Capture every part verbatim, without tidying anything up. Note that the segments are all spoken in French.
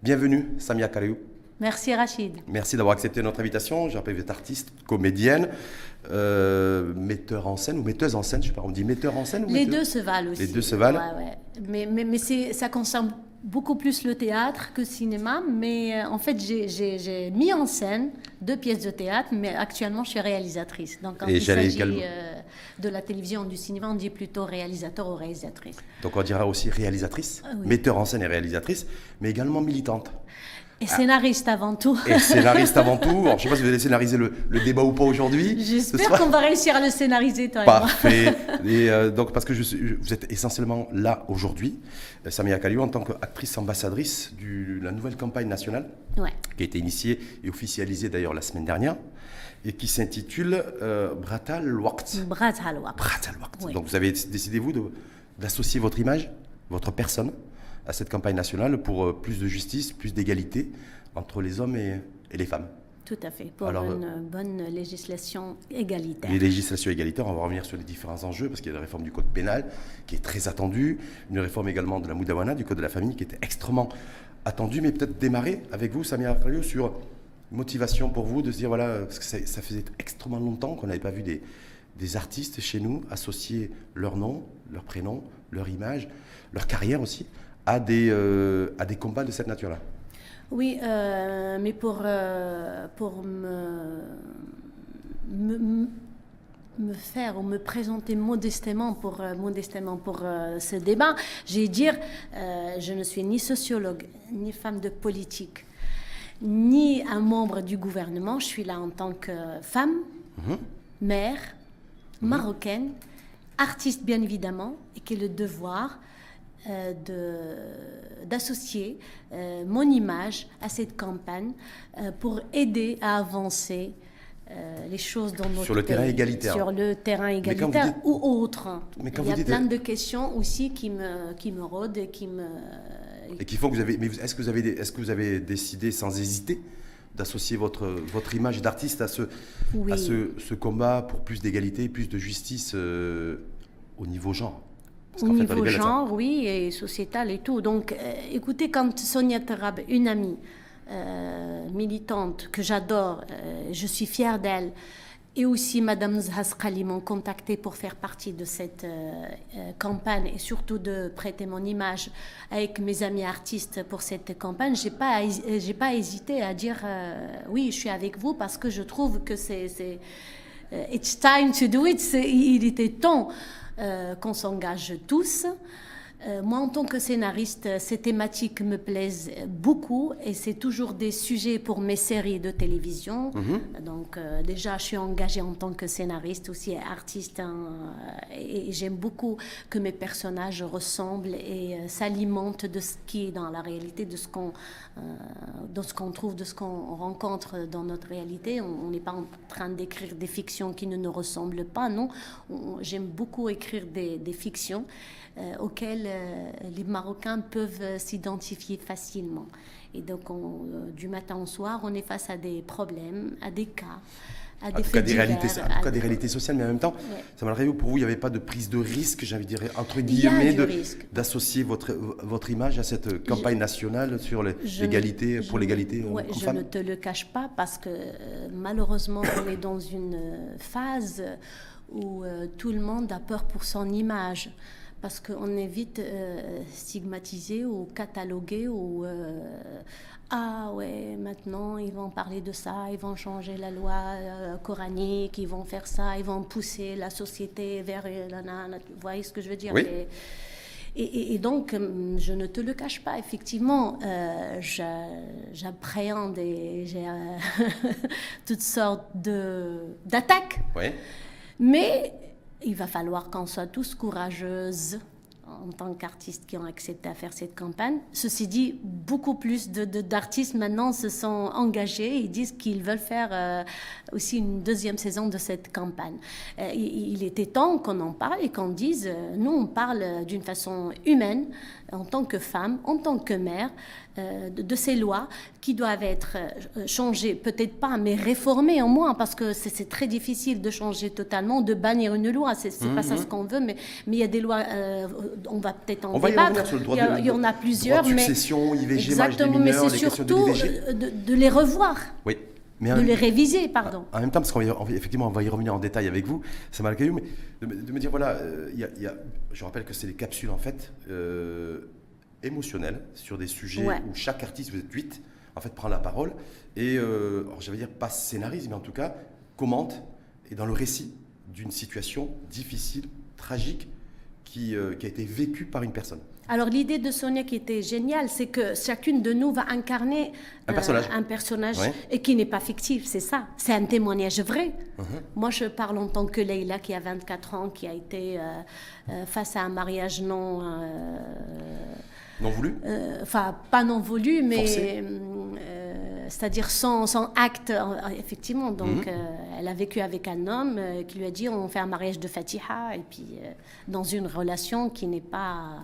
Bienvenue, Samia Kariou. Merci Rachid. Merci d'avoir accepté notre invitation. Je rappelle que vous êtes artiste, comédienne, euh, metteur en scène ou metteuse en scène, je sais pas, on dit metteur en scène ou Les metteur... deux se valent aussi. Les deux se valent. Ouais, ouais. Mais, mais, mais c'est, ça concerne beaucoup plus le théâtre que le cinéma. Mais euh, en fait, j'ai, j'ai, j'ai mis en scène deux pièces de théâtre, mais actuellement, je suis réalisatrice. Donc, quand Et il j'allais s'agit également- euh, de la télévision ou du cinéma, on dit plutôt réalisateur ou réalisatrice. Donc on dira aussi réalisatrice, Ah oui. metteur en scène et réalisatrice, mais également militante. Et scénariste avant tout. Et scénariste avant tout. Alors, je ne sais pas si vous allez scénariser le, le débat ou pas aujourd'hui. ce J'espère soir. qu'on va réussir à le scénariser, toi et moi. Parfait. Et euh, donc, parce que je suis- je- vous êtes essentiellement là aujourd'hui, euh, Samia Kariou, en tant qu'actrice ambassadrice de la nouvelle campagne nationale, Ouais. qui a été initiée et officialisée d'ailleurs la semaine dernière, et qui s'intitule euh, Brata al-Waqt. Braz Halwa. Brata al-Waqt. Oui. Donc, vous avez décidé, vous, de- d'associer votre image, votre personne, à cette campagne nationale pour euh, plus de justice, plus d'égalité entre les hommes et, et les femmes. Tout à fait. Pour Alors, une bonne législation égalitaire. Les législations égalitaires, on va revenir sur les différents enjeux, parce qu'il y a la réforme du code pénal qui est très attendue, une réforme également de la Moudawana, du code de la famille, qui était extrêmement attendue, mais peut-être démarrer avec vous, Samia Kariou, sur une motivation pour vous de se dire, voilà, parce que ça, ça faisait extrêmement longtemps qu'on n'avait pas vu des, des artistes chez nous associer leur nom, leur prénom, leur image, leur carrière aussi, à des, euh, à des combats de cette nature-là. Oui, euh, mais pour, euh, pour me, me, me faire ou me présenter modestement pour, euh, modestement pour euh, ce débat, j'ai dire, euh, je ne suis ni sociologue, ni femme de politique, ni un membre du gouvernement. Je suis là en tant que femme, Mhm. mère, marocaine, artiste bien évidemment, et qui a le devoir euh, de, d'associer euh, mon image à cette campagne euh, pour aider à avancer euh, les choses dans notre Sur le terrain pays. égalitaire. Sur le terrain quand vous égalitaire dites- ou autre. Mais quand Il y a vous dites- plein de questions aussi qui me, qui me rôdent et qui me... Et qui font que vous avez. Mais vous- est-ce que vous avez, des- est-ce que vous avez décidé sans hésiter d'associer votre, votre image d'artiste à ce, Oui. à ce, ce combat pour plus d'égalité, plus de justice euh, au niveau genre? Parce Au qu'en fait, on est niveau bien là-dedans. genre, oui, et sociétal et tout. Donc, euh, écoutez, quand Sonia Tarab, une amie euh, militante que j'adore, euh, je suis fière d'elle, et aussi Madame Zhasqali m'ont contacté pour faire partie de cette euh, euh, campagne et surtout de prêter mon image avec mes amis artistes pour cette campagne. J'ai pas, hés- j'ai pas hésité à dire euh, oui, je suis avec vous parce que je trouve que c'est, c'est euh, it's time to do it. C'est- il était temps euh, qu'on s'engage tous. Euh, moi, en tant que scénariste, ces thématiques me plaisent beaucoup et c'est toujours des sujets pour mes séries de télévision. Mhm. Donc, euh, déjà, je suis engagée en tant que scénariste, aussi artiste, hein, et, et j'aime beaucoup que mes personnages ressemblent et euh, s'alimentent de ce qui est dans la réalité, de ce qu'on euh, de ce qu'on trouve, de ce qu'on rencontre dans notre réalité. On on n'est pas en train d'écrire des fictions qui ne nous ressemblent pas, non. On- J'aime beaucoup écrire des, des fictions euh, auxquelles euh, les Marocains peuvent euh, s'identifier facilement. Et donc, on, euh, du matin au soir, on est face à des problèmes, à des cas, à En des tout cas, faits des divers, réalités, en à- tout cas, des réalités sociales, mais en même temps, Ouais. ça m'a l'air pour vous, il n'y avait pas de prise de risque, j'ai envie de dire, entre Il y a guillemets, du de- risque. d'associer votre, votre image à cette campagne nationale sur les- Je ne- l'égalité, je pour ne- l'égalité euh, ouais, je homme-femme. ne te le cache pas parce que euh, malheureusement on est dans une euh, phase où euh, tout le monde a peur pour son image parce qu'on est vite euh, stigmatisé ou catalogué ou euh, ah ouais, maintenant ils vont parler de ça, ils vont changer la loi euh, coranique, ils vont faire ça, ils vont pousser la société vers euh, la, la- la- vous voyez ce que je veux dire? Oui. Les- et, et- et donc, hum, je ne te le cache pas, effectivement, euh, j'a- j'appréhende et j'ai euh, toutes sortes de- d'attaques, Oui. mais il va falloir qu'on soit tous courageuses en tant qu'artistes qui ont accepté à faire cette campagne. Ceci dit, beaucoup plus de, de- d'artistes maintenant se sont engagés et disent qu'ils veulent faire euh, aussi une deuxième saison de cette campagne. Euh, il, il était temps qu'on en parle et qu'on dise, euh, nous on parle d'une façon humaine en tant que femme, en tant que mère, euh, de, de ces lois qui doivent être euh, changées, peut-être pas, mais réformées au moins, parce que c'est, c'est très difficile de changer totalement, de bannir une loi. C'est, c'est mmh, pas ça ce qu'on veut, mais mais il y a des lois. Euh, on va peut-être en on débattre. Va y sur le droit il, y a, de, il y en a plusieurs, droit de succession, mais I V G, exactement. Mineurs, mais c'est surtout de, de, de les revoir. Oui. Mais de les réviser, pardon. En même temps, parce qu'on va, effectivement, on va y revenir en détail avec vous, ça m'a accueilli, mais de, de me dire, voilà, euh, y a, y a, je rappelle que c'est des capsules, en fait, euh, émotionnelles, sur des sujets ouais. où chaque artiste, vous êtes huit, en fait, prend la parole, et, euh, alors, je vais dire, pas scénarise, mais en tout cas, commente, et dans le récit d'une situation difficile, tragique, qui, euh, qui a été vécue par une personne. Alors l'idée de Sonia qui était géniale, c'est que chacune de nous va incarner un personnage, euh, un personnage ouais. et qui n'est pas fictif, c'est ça. C'est un témoignage vrai. Uh-huh. Moi, je parle en tant que Leïla, qui a vingt-quatre ans, qui a été euh, euh, face à un mariage non... Euh, non voulu Enfin, euh, pas non voulu, mais... Euh, c'est-à-dire sans, sans acte, effectivement. Donc, mm-hmm. euh, elle a vécu avec un homme euh, qui lui a dit on fait un mariage de Fatiha, et puis euh, dans une relation qui n'est pas...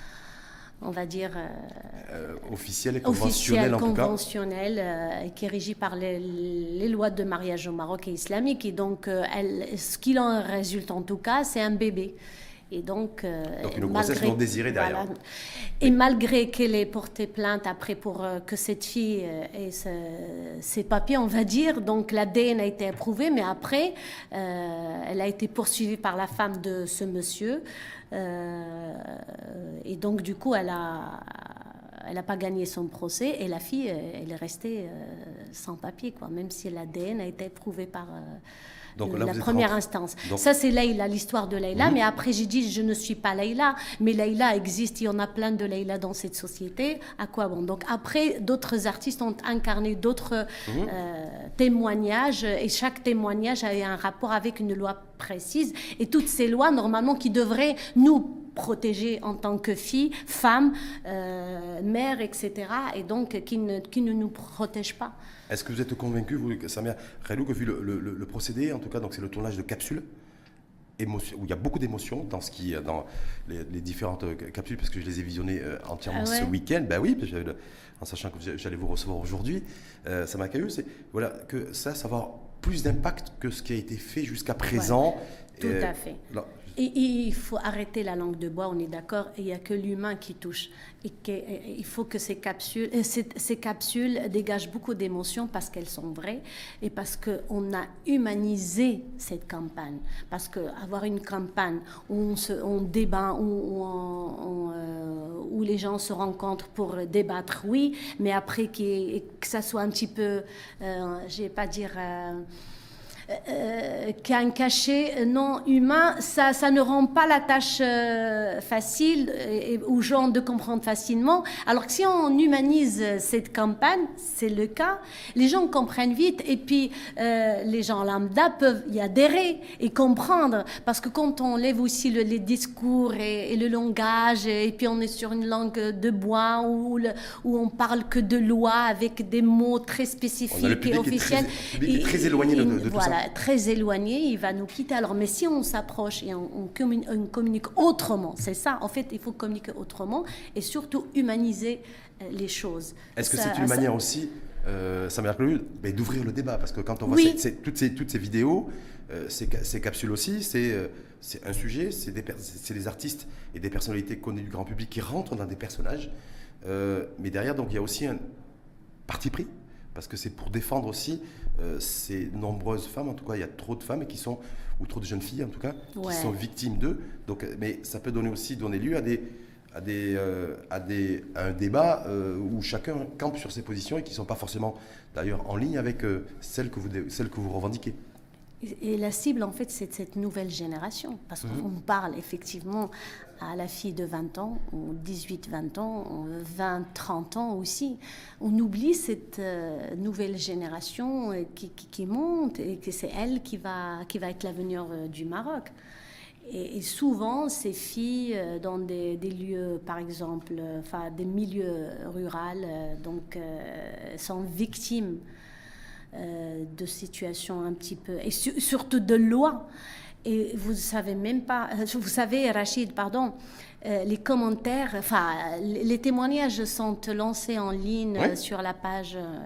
on va dire... Euh, euh, officielle et conventionnelle, en tout cas. Conventionnelle, euh, qui est régie par les, les lois de mariage au Maroc et islamique. Et donc, euh, elle, ce qu'il en résulte, en tout cas, c'est un bébé. Et donc, euh, donc une grossesse non désirée derrière. Voilà. Et malgré qu'elle ait porté plainte après pour euh, que cette fille euh, ait ce, ses papiers, on va dire, donc l'A D N a été approuvé, mais après, euh, elle a été poursuivie par la femme de ce monsieur. Euh, et donc, du coup, elle a... elle n'a pas gagné son procès et la fille, elle est restée euh, sans papier, quoi, même si l'A D N a été approuvé par euh, Donc, là, la première rentré... instance. Donc... Ça, c'est Leïla, l'histoire de Leïla. Mmh. Mais après, j'ai dit, je ne suis pas Leïla. Mais Leïla existe, il y en a plein de Leïla dans cette société. À quoi bon? Donc après, d'autres artistes ont incarné d'autres mmh. euh, témoignages. Et chaque témoignage a un rapport avec une loi précise. Et toutes ces lois, normalement, qui devraient nous protégée en tant que fille, femme, euh, mère, et cetera. Et donc, qui ne, qui ne nous protège pas. Est-ce que vous êtes convaincu, vous, Samia Khailou, que vu le, le, le procédé, en tout cas, donc c'est le tournage de capsules, émotion, où il y a beaucoup d'émotions dans, ce qui, dans les, les différentes capsules, parce que je les ai visionnées euh, entièrement ah ouais. ce week-end. Ben oui, parce que, en sachant que j'allais vous recevoir aujourd'hui, euh, Samia Khailou, c'est voilà, que ça, ça va avoir plus d'impact que ce qui a été fait jusqu'à présent. Ouais, tout euh, à fait. Là, Et, et il faut arrêter la langue de bois, on est d'accord, il n'y a que l'humain qui touche. Et que, et, il faut que ces capsules, ces, ces capsules dégagent beaucoup d'émotions parce qu'elles sont vraies et parce qu'on a humanisé cette campagne. Parce qu'avoir une campagne où on, se, on débat, où, où, on, on, euh, où les gens se rencontrent pour débattre, oui, mais après que ça soit un petit peu, euh, je ne vais pas dire... Euh, Euh, qu'un cachet non humain, ça, ça ne rend pas la tâche euh, facile et, et aux gens de comprendre facilement. Alors que si on humanise cette campagne, c'est le cas, les gens comprennent vite et puis euh, les gens lambda peuvent y adhérer et comprendre. Parce que quand on lève aussi le, les discours et, et le langage et puis on est sur une langue de bois où, le, où on parle que de loi avec des mots très spécifiques et officiels. Le public est très éloigné de, de voilà, tout ça. Très éloigné, il va nous quitter. Alors, mais si on s'approche et on, on, communique, on communique autrement, c'est ça, en fait, il faut communiquer autrement et surtout humaniser euh, les choses. Est-ce que ça, c'est une ça... manière aussi, euh, ça m'a l'air mais d'ouvrir le débat? Parce que quand on voit oui. ces, ces, toutes, ces, toutes ces vidéos, euh, ces, ces capsules aussi, c'est euh, un sujet, c'est des, des artistes et des personnalités connues du grand public qui rentrent dans des personnages. Euh, mais derrière, donc, il y a aussi un parti pris. Parce que c'est pour défendre aussi euh, ces nombreuses femmes, en tout cas il y a trop de femmes qui sont, ou trop de jeunes filles en tout cas, ouais. qui sont victimes d'eux. Donc, mais ça peut donner aussi donner lieu à, des, à, des, euh, à, des, à un débat euh, où chacun campe sur ses positions et qui ne sont pas forcément d'ailleurs en ligne avec euh, celles, que vous, celles que vous revendiquez. Et la cible, en fait, c'est cette nouvelle génération. Parce mmh. qu'on parle effectivement à la fille de vingt ans, ou dix-huit vingt ans, vingt trente ans aussi. On oublie cette euh, nouvelle génération qui, qui, qui monte et que c'est elle qui va, qui va être l'avenir euh, du Maroc. Et, et souvent, ces filles, euh, dans des, des lieux, par exemple, euh, enfin, des milieux ruraux, euh, donc, euh, sont victimes Euh, de situations un petit peu, et su surtout de lois. Et vous savez même pas, vous savez, Rachid, pardon, euh, les commentaires, enfin, les témoignages sont lancés en ligne Oui. sur la page euh,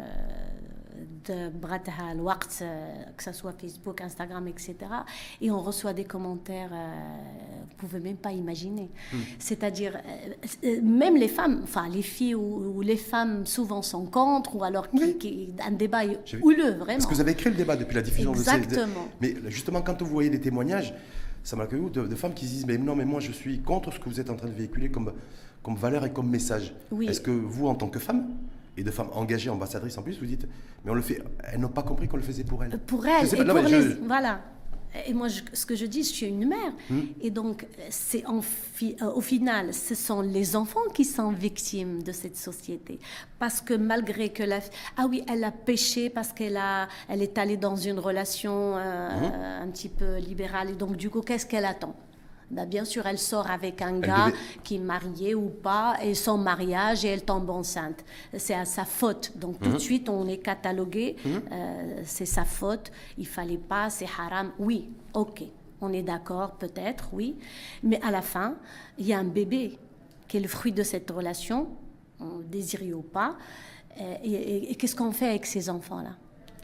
de Brataha Al-Waqt, euh, que ce soit Facebook, Instagram, et cetera. Et on reçoit des commentaires, euh, vous ne pouvez même pas imaginer. Mm. C'est-à-dire, euh, même les femmes, enfin les filles ou, ou les femmes souvent sont contre, ou alors qui, qui, un débat houleux, vraiment. Parce que vous avez créé le débat depuis la diffusion. Exactement. De ces, mais justement, quand vous voyez des témoignages, ça m'a de, de femmes qui se disent, mais non, mais moi je suis contre ce que vous êtes en train de véhiculer comme, comme valeur et comme message. Oui. Est-ce que vous, en tant que femme, et de femmes engagées, ambassadrices en plus, vous dites, mais on le fait, elles n'ont pas compris qu'on le faisait pour elles. Pour elles, pas, et non, pour les... je... Voilà. Et moi, je, ce que je dis, je suis une mère. Mmh. Et donc, c'est en fi... au final, ce sont les enfants qui sont victimes de cette société. Parce que malgré que la... Ah oui, elle a péché parce qu'elle a... elle est allée dans une relation euh, mmh. un petit peu libérale. Et donc, du coup, qu'est-ce qu'elle attend ? Ben, bien sûr, elle sort avec un gars devait... qui est marié ou pas, et son mariage, et elle tombe enceinte. C'est à sa faute. Donc, tout mmh. de suite, on est catalogué. Mmh. Euh, c'est sa faute. Il fallait pas, c'est haram. Oui, ok. On est d'accord, peut-être, oui. Mais à la fin, il y a un bébé qui est le fruit de cette relation, désiré ou pas. Et, et, et qu'est-ce qu'on fait avec ces enfants-là ?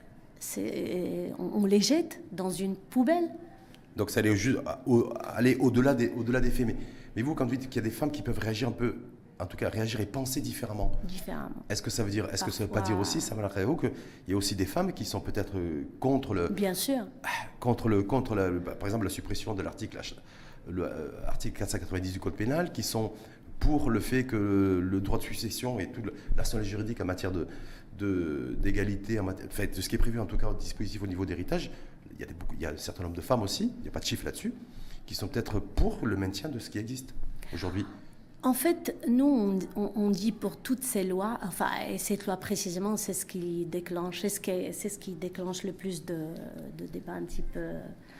C'est, on, on les jette dans une poubelle. Donc ça allait, au, au, aller au-delà des, au-delà des faits. Mais, mais vous, quand vous dites qu'il y a des femmes qui peuvent réagir un peu, en tout cas réagir et penser différemment, différemment. Est-ce que ça veut dire, est-ce Parfois... que ça veut pas dire aussi, ça m'a l'air qu'il y a aussi des femmes qui sont peut-être contre le, bien sûr, contre le, contre la, le, par exemple la suppression de l'article, l'article quatre cent quatre-vingt-dix du code pénal, qui sont pour le fait que le droit de succession et toute l'arsenal juridique en matière de, de d'égalité, en matière, enfin, de ce qui est prévu en tout cas au dispositif au niveau d'héritage. Il y, a des, il y a un certain nombre de femmes aussi, il n'y a pas de chiffre là-dessus, qui sont peut-être pour le maintien de ce qui existe aujourd'hui. En fait, nous, on, on dit pour toutes ces lois, enfin, et cette loi précisément, c'est ce qui déclenche, c'est ce qui, c'est ce qui déclenche le plus de, de débats un petit peu.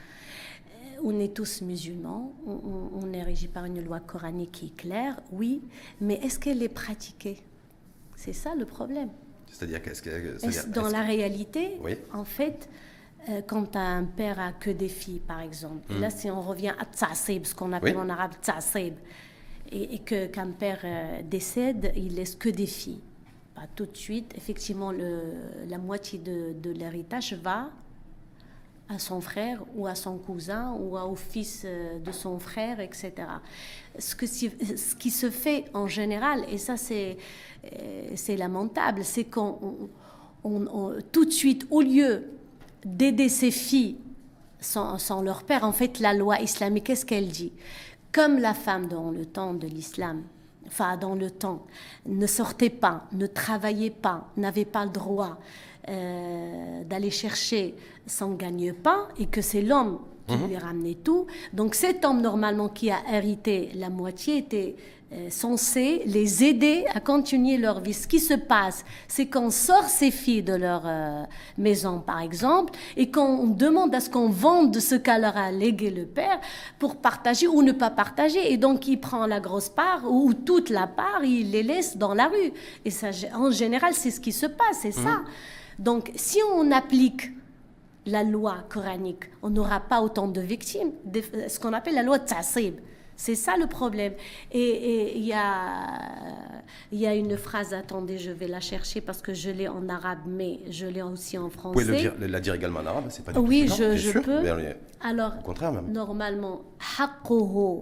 On est tous musulmans, on, on est régi par une loi coranique qui est claire, oui, mais est-ce qu'elle est pratiquée ? C'est ça le problème. C'est-à-dire qu'est-ce que... Est-ce, dans est-ce... la réalité, oui. en fait... Quand un père a que des filles, par exemple, mmh. et là, si on revient à Tsasib, ce qu'on appelle oui. en arabe Tsasib, et, et que, qu'un père euh, décède, il laisse que des filles. Bah, tout de suite, effectivement, le, la moitié de, de l'héritage va à son frère ou à son cousin ou au fils de son frère, et cetera. Ce, que, ce qui se fait en général, et ça, c'est, c'est lamentable, c'est qu'on on, on, tout de suite, au lieu d'aider ses filles sans, sans leur père, en fait, la loi islamique, qu'est-ce qu'elle dit ? Comme la femme dans le temps de l'islam, enfin dans le temps, ne sortait pas, ne travaillait pas, n'avait pas le droit euh, d'aller chercher son gagne-pain, et que c'est l'homme qui mmh. lui ramenait tout. Donc cet homme, normalement, qui a hérité la moitié, était euh, censé les aider à continuer leur vie. Ce qui se passe, c'est qu'on sort ces filles de leur euh, maison, par exemple, et qu'on demande à ce qu'on vende ce qu'a leur a légué le père pour partager ou ne pas partager. Et donc, il prend la grosse part ou toute la part, il les laisse dans la rue. Et ça, en général, c'est ce qui se passe, c'est mmh. ça. Donc, si on applique la loi coranique, on n'aura pas autant de victimes, de, ce qu'on appelle la loi Tsasib. C'est ça le problème. Et il y a, y a une phrase, attendez, je vais la chercher parce que je l'ai en arabe, mais je l'ai aussi en français. Vous pouvez le dire, la dire également en arabe, c'est pas du oui, tout je, je sûr, peux. Mais alors, au contraire même. Normalement, حقه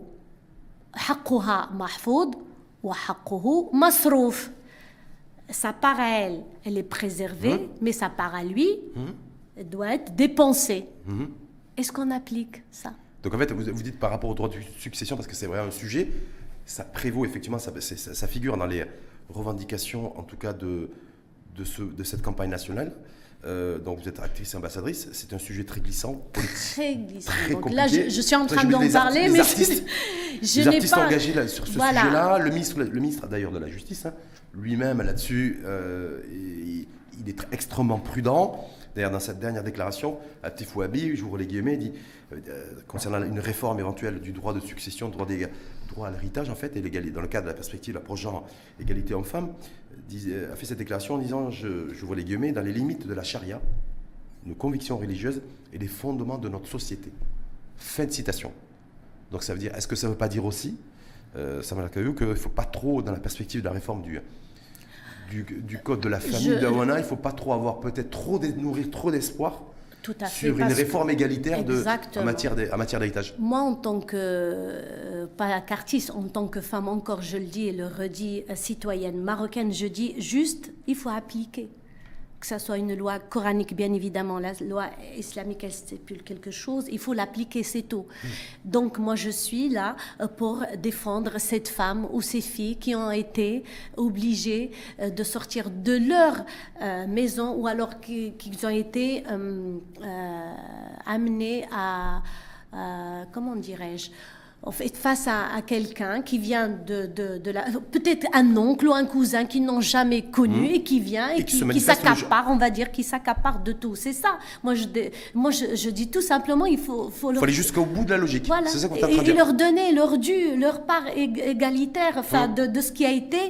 حقها محفوظ وحقه مصروف. Sa part à elle, elle est préservée, mmh. mais sa part à lui, mmh. elle doit être dépensée. Mmh. Est-ce qu'on applique ça ? Donc en fait, vous, vous dites par rapport au droit de succession, parce que c'est vraiment un sujet, ça prévaut effectivement, ça, ça, ça figure dans les revendications, en tout cas de, de, ce, de cette campagne nationale. Euh, donc vous êtes actrice et ambassadrice, c'est un sujet très glissant, très glissant. Très donc compliqué. Là, je, je suis en train d'en les parler, artistes, mais les artistes, je les n'ai artistes pas... engagés là, sur ce voilà. sujet-là, le ministre, le ministre d'ailleurs de la Justice, hein, lui-même là-dessus, euh, il, il est extrêmement prudent. D'ailleurs, dans cette dernière déclaration, Atif Ouabi, j'ouvre les guillemets, dit euh, concernant une réforme éventuelle du droit de succession, droit, des, droit à l'héritage, en fait, et l'égalité, dans le cadre de la perspective de l'approche genre égalité homme-femme, a fait cette déclaration en disant, je, j'ouvre les guillemets, dans les limites de la charia, nos convictions religieuses et les fondements de notre société. Fin de citation. Donc ça veut dire, est-ce que ça ne veut pas dire aussi, euh, Samia Khalilou, qu'il ne faut pas trop, dans la perspective de la réforme du, du, du code de la famille, Je... de Awana, il ne faut pas trop avoir, peut-être trop de, nourrir trop d'espoir Tout à fait, sur une réforme égalitaire de, en matière d'héritage. Moi, en tant que, euh, pas qu'artiste, en tant que femme, encore je le dis et le redis, euh, citoyenne marocaine, je dis juste, il faut appliquer. Que ce soit une loi coranique, bien évidemment, la loi islamique, elle stipule quelque chose, il faut l'appliquer, c'est tout. Mmh. Donc, moi, je suis là pour défendre cette femme ou ces filles qui ont été obligées de sortir de leur euh, maison ou alors qui, qui ont été euh, euh, amenées à, à comment dirais-je, en fait, face à, à quelqu'un qui vient de, de, de la... Peut-être un oncle ou un cousin qu'ils n'ont jamais connu mmh. et qui vient et, et qui, qui, qui s'accapare, on va dire, qui s'accapare de tout. C'est ça. Moi, je, moi je, je dis tout simplement, il faut... faut leur... faut aller jusqu'au bout de la logique. Voilà. C'est ça qu'on est en train de dire. Et leur donner leur dû, leur part égalitaire enfin, mmh. de, de ce qui a été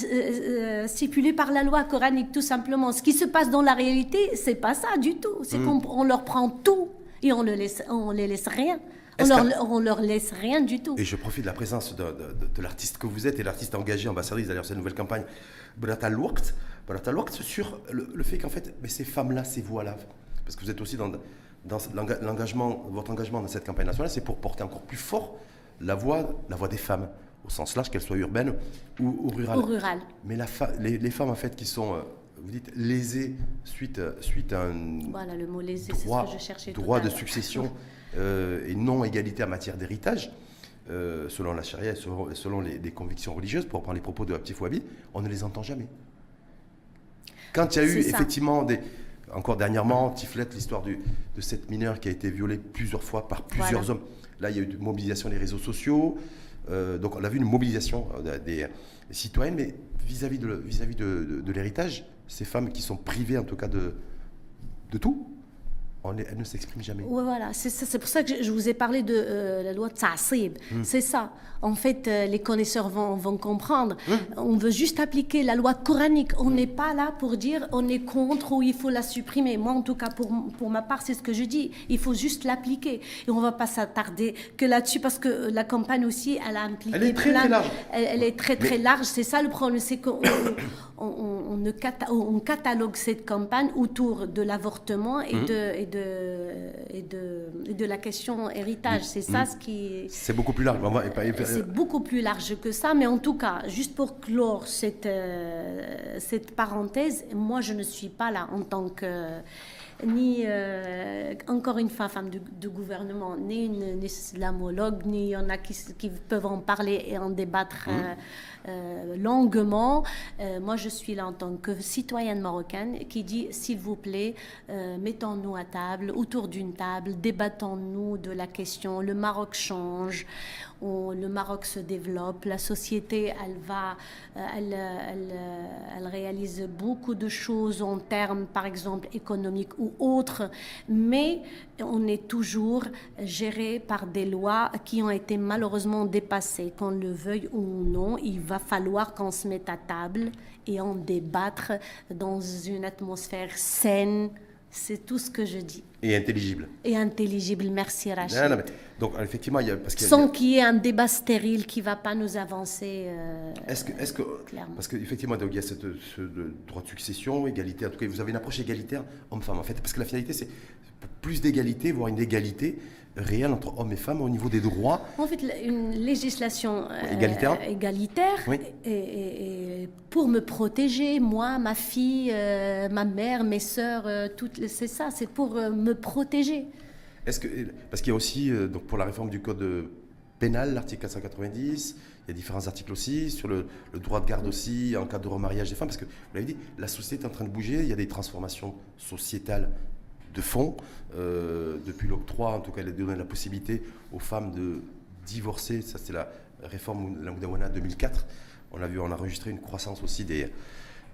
euh, stipulé par la loi coranique, tout simplement. Ce qui se passe dans la réalité, c'est pas ça du tout. C'est mmh. qu'on on leur prend tout et on ne laisse, on les laisse rien. On leur, on leur laisse rien du tout. Et je profite de la présence de, de, de, de l'artiste que vous êtes et l'artiste engagé, ambassadrice d'ailleurs cette nouvelle campagne Bnat al-Waqt, Bnat al-Waqt sur le, le fait qu'en fait, mais ces femmes-là, ces voix-là, parce que vous êtes aussi dans, dans l'engagement, votre engagement dans cette campagne nationale, c'est pour porter encore plus fort la voix, la voix des femmes, au sens large, qu'elles soient urbaines ou, ou rurales. Ou rurales. Mais la fa les, les femmes en fait qui sont, vous dites, lésées suite, suite à un voilà, le mot lésé, droit, c'est ce que je cherchais droit tout à de succession. Euh, et non-égalité en matière d'héritage, euh, selon la charia et selon, selon les, les convictions religieuses, pour reprendre les propos de Abti Fouabi, on ne les entend jamais. Quand il y a eu effectivement, des, encore dernièrement, Tiflet, l'histoire de cette mineure qui a été violée plusieurs fois par plusieurs voilà. hommes, là il y a eu une mobilisation des réseaux sociaux, euh, donc on a vu une mobilisation des, des citoyens, mais vis-à-vis de, vis-à-vis de, de, de l'héritage, ces femmes qui sont privées en tout cas de, de tout, elle ne s'exprime jamais. Oui, voilà. C'est pour ça que je, je vous ai parlé de euh, la loi de Ta'asib. Mm. C'est ça. En fait, euh, les connaisseurs vont, vont comprendre. Mm. On veut juste appliquer la loi coranique. On n'est mm. pas là pour dire on est contre ou il faut la supprimer. Moi, en tout cas, pour, pour ma part, c'est ce que je dis. Il faut juste l'appliquer. Et on ne va pas s'attarder que là-dessus parce que la campagne aussi, elle a impliqué elle est très, plein... Très large. Elle, elle est très, très Mais... large. C'est ça le problème. C'est qu'on on, on, on, ne cata on catalogue cette campagne autour de l'avortement et, mm. de, et, de, et, de, et de la question héritage. C'est ça mmh. ce qui... C'est beaucoup plus large. C'est beaucoup plus large que ça, mais en tout cas, juste pour clore cette, euh, cette parenthèse, moi je ne suis pas là en tant que... ni euh, encore une fois femme de, de gouvernement, ni une, une islamologue, ni il y en a qui, qui peuvent en parler et en débattre mmh. euh, euh, longuement. Euh, moi, je suis là en tant que citoyenne marocaine qui dit, s'il vous plaît, euh, mettons-nous à table, autour d'une table, débattons-nous de la question. Le Maroc change, on, le Maroc se développe, la société, elle va, elle, elle, elle réalise beaucoup de choses en termes, par exemple, économiques ou autres, mais on est toujours géré par des lois qui ont été malheureusement dépassées. Qu'on le veuille ou non, il va falloir qu'on se mette à table et en débattre dans une atmosphère saine. C'est tout ce que je dis. Et intelligible. Et intelligible, merci Rachid. Non, non, mais, donc effectivement, il y a... Parce qu'il y a Sans qu'il y ait un débat stérile qui ne va pas nous avancer. Euh, est-ce que, est-ce que, clairement. Parce qu'effectivement, il y a ce droit de succession, égalité, en tout cas, vous avez une approche égalitaire homme-femme, en fait, parce que la finalité, c'est plus d'égalité, voire une égalité réelle entre hommes et femmes au niveau des droits. En fait, une législation euh, égalitaire, égalitaire oui. et, et, et pour me protéger, moi, ma fille, euh, ma mère, mes sœurs, euh, toutes, c'est ça, c'est pour euh, me protéger. Est-ce que, parce qu'il y a aussi, euh, donc pour la réforme du code pénal, l'article quatre cent quatre-vingt-dix, il y a différents articles aussi, sur le, le droit de garde aussi, en cas de remariage des femmes, parce que, vous l'avez dit, la société est en train de bouger, il y a des transformations sociétales de fond, euh, depuis l'octroi, en tout cas, elle a donné la possibilité aux femmes de divorcer, ça c'est la réforme, la Moudawana deux mille quatre, on a vu, on a enregistré une croissance aussi des,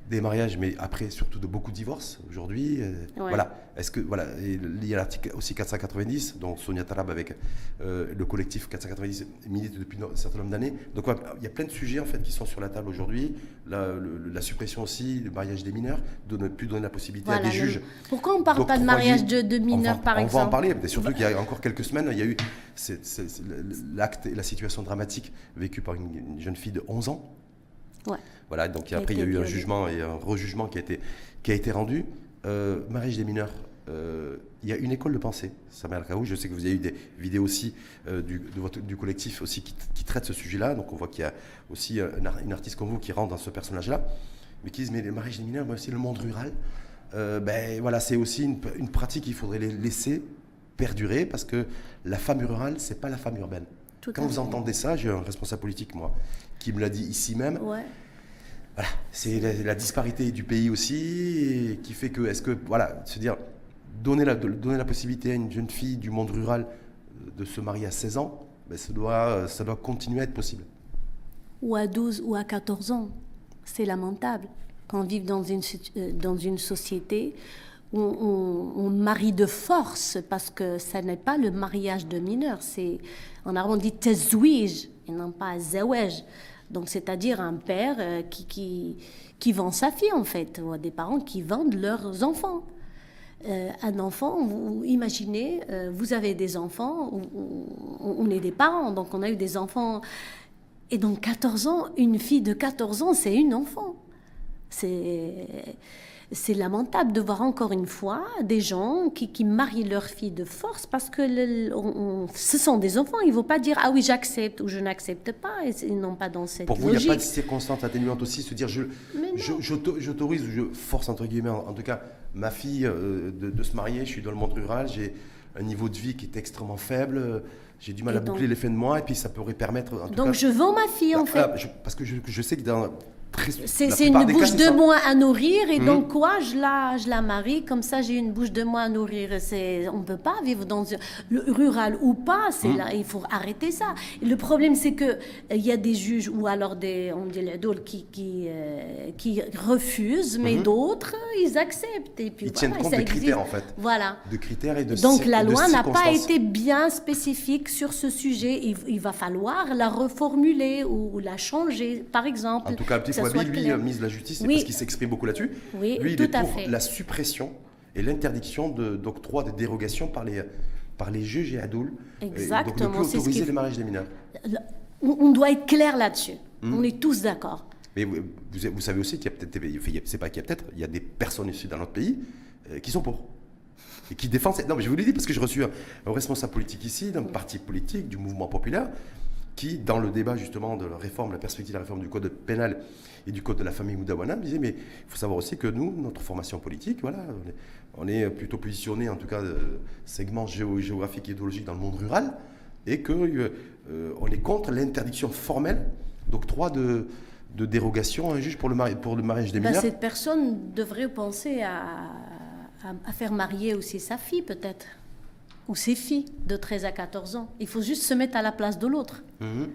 des mariages, mais après surtout de beaucoup de divorces aujourd'hui. Euh, Ouais. Voilà. Est-ce que voilà, et il y a l'article aussi quatre cent quatre-vingt-dix, donc Sonia Talab avec euh, le collectif quatre cent quatre-vingt-dix milite depuis un certain nombre d'années. Donc ouais, il y a plein de sujets en fait qui sont sur la table aujourd'hui. La, le- la suppression aussi du mariage des mineurs, de ne plus donner la possibilité Voilà, à des le- juges. Pourquoi on ne parle pas de d'octroyer- mariage de, de on mineurs, va, par on exemple? va en parler, mais surtout qu'il y a encore quelques semaines, il y a eu c'est- c'est- c'est l'acte et la situation dramatique vécue par une, une jeune fille de onze ans. Ouais. Voilà, donc Qui a après il y a été eu un violée. jugement et un rejugement qui a été, qui a été rendu. Euh, mariage des mineurs, euh, il y a une école de pensée, Samia Al-Kaou, je sais que vous avez eu des vidéos aussi euh, du, de votre- du collectif aussi qui, qui traite ce sujet-là, donc on voit qu'il y a aussi un ar- une artiste comme vous qui rentre dans ce personnage-là, mais qui disent mais le mariage des mineurs, mais aussi le monde rural, euh, ben voilà, c'est aussi une, une pratique qu'il faudrait les laisser perdurer parce que la femme rurale, c'est pas la femme urbaine. Tout Quand à vous fait. entendez ça, j'ai un responsable politique, moi, qui me l'a dit ici même. Ouais. Voilà, c'est la, la disparité du pays aussi et qui fait que, est-ce que, voilà, se dire, donner la, de- donner la possibilité à une jeune fille du monde rural de se marier à seize ans, ben ça, doit, ça doit continuer à être possible. Ou à douze ou à quatorze ans. C'est lamentable. Quand on vit dans une, situ- euh, dans une société où on, on marie de force, parce que ça n'est pas le mariage de mineurs, c'est, en arabe on dit tezouij et non pas zawej. Donc c'est-à-dire un père euh, qui, qui, qui vend sa fille en fait, ou des parents qui vendent leurs enfants. Euh, un enfant, vous imaginez, euh, vous avez des enfants, on, on- on est des parents, donc on a eu des enfants. Et donc quatorze ans, une fille de quatorze ans, c'est une enfant. C'est, c'est lamentable de voir encore une fois des gens qui, qui marient leur fille de force parce que le- on- on- ce sont des enfants. Il ne faut pas dire ah oui j'accepte ou je n'accepte pas. Et c'est- ils n'ont pas dans cette Pour vous, il n'y a logique. pas de circonstances atténuantes aussi, se dire, je, Mais non. je- j'auto- j'autorise ou je force, entre guillemets, en, en tout cas, ma fille euh, de, de se marier, je suis dans le monde rural, j'ai un niveau de vie qui est extrêmement faible, euh, j'ai du mal Et à boucler donc- les fins de mois, et puis ça pourrait permettre, en tout Donc cas, je vends ma fille en Là, fait. là, je- parce que je, je sais que dans très, C'est la c'est plupart une des cas, bouche c'est de ça. moins à nourrir et Mhm. donc quoi je la, je la marie comme ça j'ai une bouche de moins à nourrir. C'est- On ne peut pas vivre dans un- le rural ou pas, c'est Mhm. là, il faut arrêter ça. Et le problème c'est que euh, il y a des juges ou alors des, on dit les dôles qui, qui, euh, qui refusent, mais Mhm. d'autres ils acceptent. Et puis Ils voilà, tiennent compte ça des existe. critères, en fait. Voilà. De critères et de Donc cir- la de loi n'a pas circonstances. été bien spécifique sur ce sujet. Il, il va falloir la reformuler ou, ou la changer, par exemple. En tout cas, le petit que ça soit Fouabi, lui, clair. ministre de la Justice, c'est Oui. parce qu'il s'exprime beaucoup là-dessus. Oui, lui, il tout est à pour fait. la suppression et l'interdiction de- d'octroi de, dérogations par les, par les juges et adouls. Et donc, Exactement, ne plus c'est ce autoriser qu'il les mariages des mineurs. On on doit être clair là-dessus. Hmm. On est tous d'accord. Mais vous, vous- vous savez aussi qu'il y a peut-être, des- enfin, il y a- c'est pas qu'il y a peut-être, il y a des personnes ici dans notre pays euh, qui sont pour. Et qui défendent. cette- Non, mais je vous le dis parce que j'ai reçu un, un responsable politique ici, d'un parti politique, du mouvement populaire, qui, dans le débat justement de la réforme, la perspective de la réforme du code pénal et du code de la famille Moudawana, me disait mais il faut savoir aussi que nous, notre formation politique, voilà, on est, on est plutôt positionné, en tout cas, euh, segment géo- géographique et idéologique dans le monde rural, et que euh, on est contre l'interdiction formelle d'octroi de, de dérogation à un juge pour le, mari- pour le mariage des Ben, mineurs. cette personne devrait penser à, à- à faire marier aussi sa fille, peut-être. Ou ses filles de treize à quatorze ans. Il faut juste se mettre à la place de l'autre. Mhm.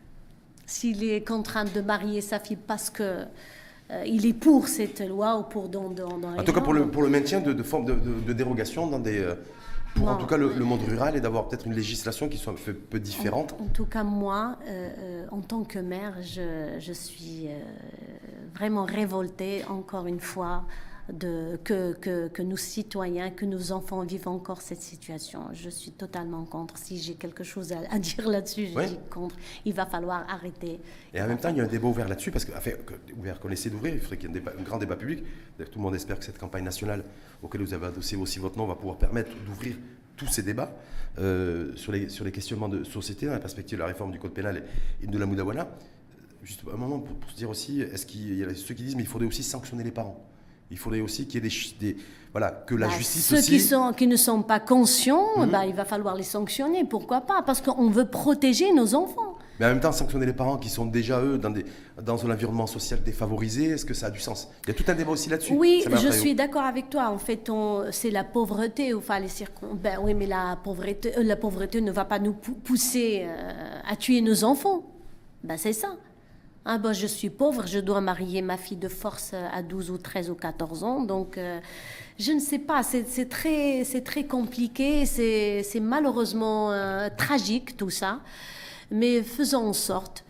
S'il est contraint de marier sa fille parce que euh, il est pour cette loi ou pour dans, dans, dans En les tout cas, pour le, normes. pour le maintien de, de formes de, de, de dérogation dans des. euh, pour en Non. tout cas le, le monde rural et d'avoir peut-être une législation qui soit un peu, peu différente. En, en tout cas, moi, euh, euh, en tant que mère, je, je suis euh, vraiment révoltée, encore une fois, de, que, que, que nos citoyens, que nos enfants vivent encore cette situation. Je suis totalement contre. Si j'ai quelque chose à, à dire là-dessus, je Ouais. dis contre. Il va falloir arrêter. Et en même temps, il y a un débat ouvert là-dessus, parce que, enfin, que- ouvert qu'on essaie d'ouvrir, il faudrait qu'il y ait un, débat- un grand débat public. D'ailleurs, tout le monde espère que cette campagne nationale, auquel vous avez adossé aussi votre nom, va pouvoir permettre d'ouvrir tous ces débats euh, sur, les, sur les questionnements de société, dans la perspective de la réforme du code pénal et, et de la Moudawana. Juste un moment pour, pour se dire aussi, est-ce qu'il y a ceux qui disent, mais il faudrait aussi sanctionner les parents. Il faudrait aussi qu'il y ait des, ch- des- voilà, que la Bah, justice ceux aussi. qui, sont, qui ne sont pas conscients, Mhm. bah, il va falloir les sanctionner. Pourquoi pas? Parce qu'on veut protéger nos enfants. Mais en même temps, sanctionner les parents qui sont déjà, eux, dans, des, dans un environnement social défavorisé, est-ce que ça a du sens? Il y a tout un débat aussi là-dessus. Oui, Ça m'a je appris. suis d'accord avec toi. En fait, on- c'est la pauvreté. Enfin, les circon... Ben oui, mais la pauvreté, euh, la pauvreté ne va pas nous pou- pousser euh, à tuer nos enfants. Ben, c'est ça. Ah ben, je suis pauvre, je dois marier ma fille de force à douze ou treize ou quatorze ans. Donc, euh, je ne sais pas, c'est c'est très, c'est très compliqué, c'est c'est malheureusement euh, tragique tout ça. Mais faisons en sorte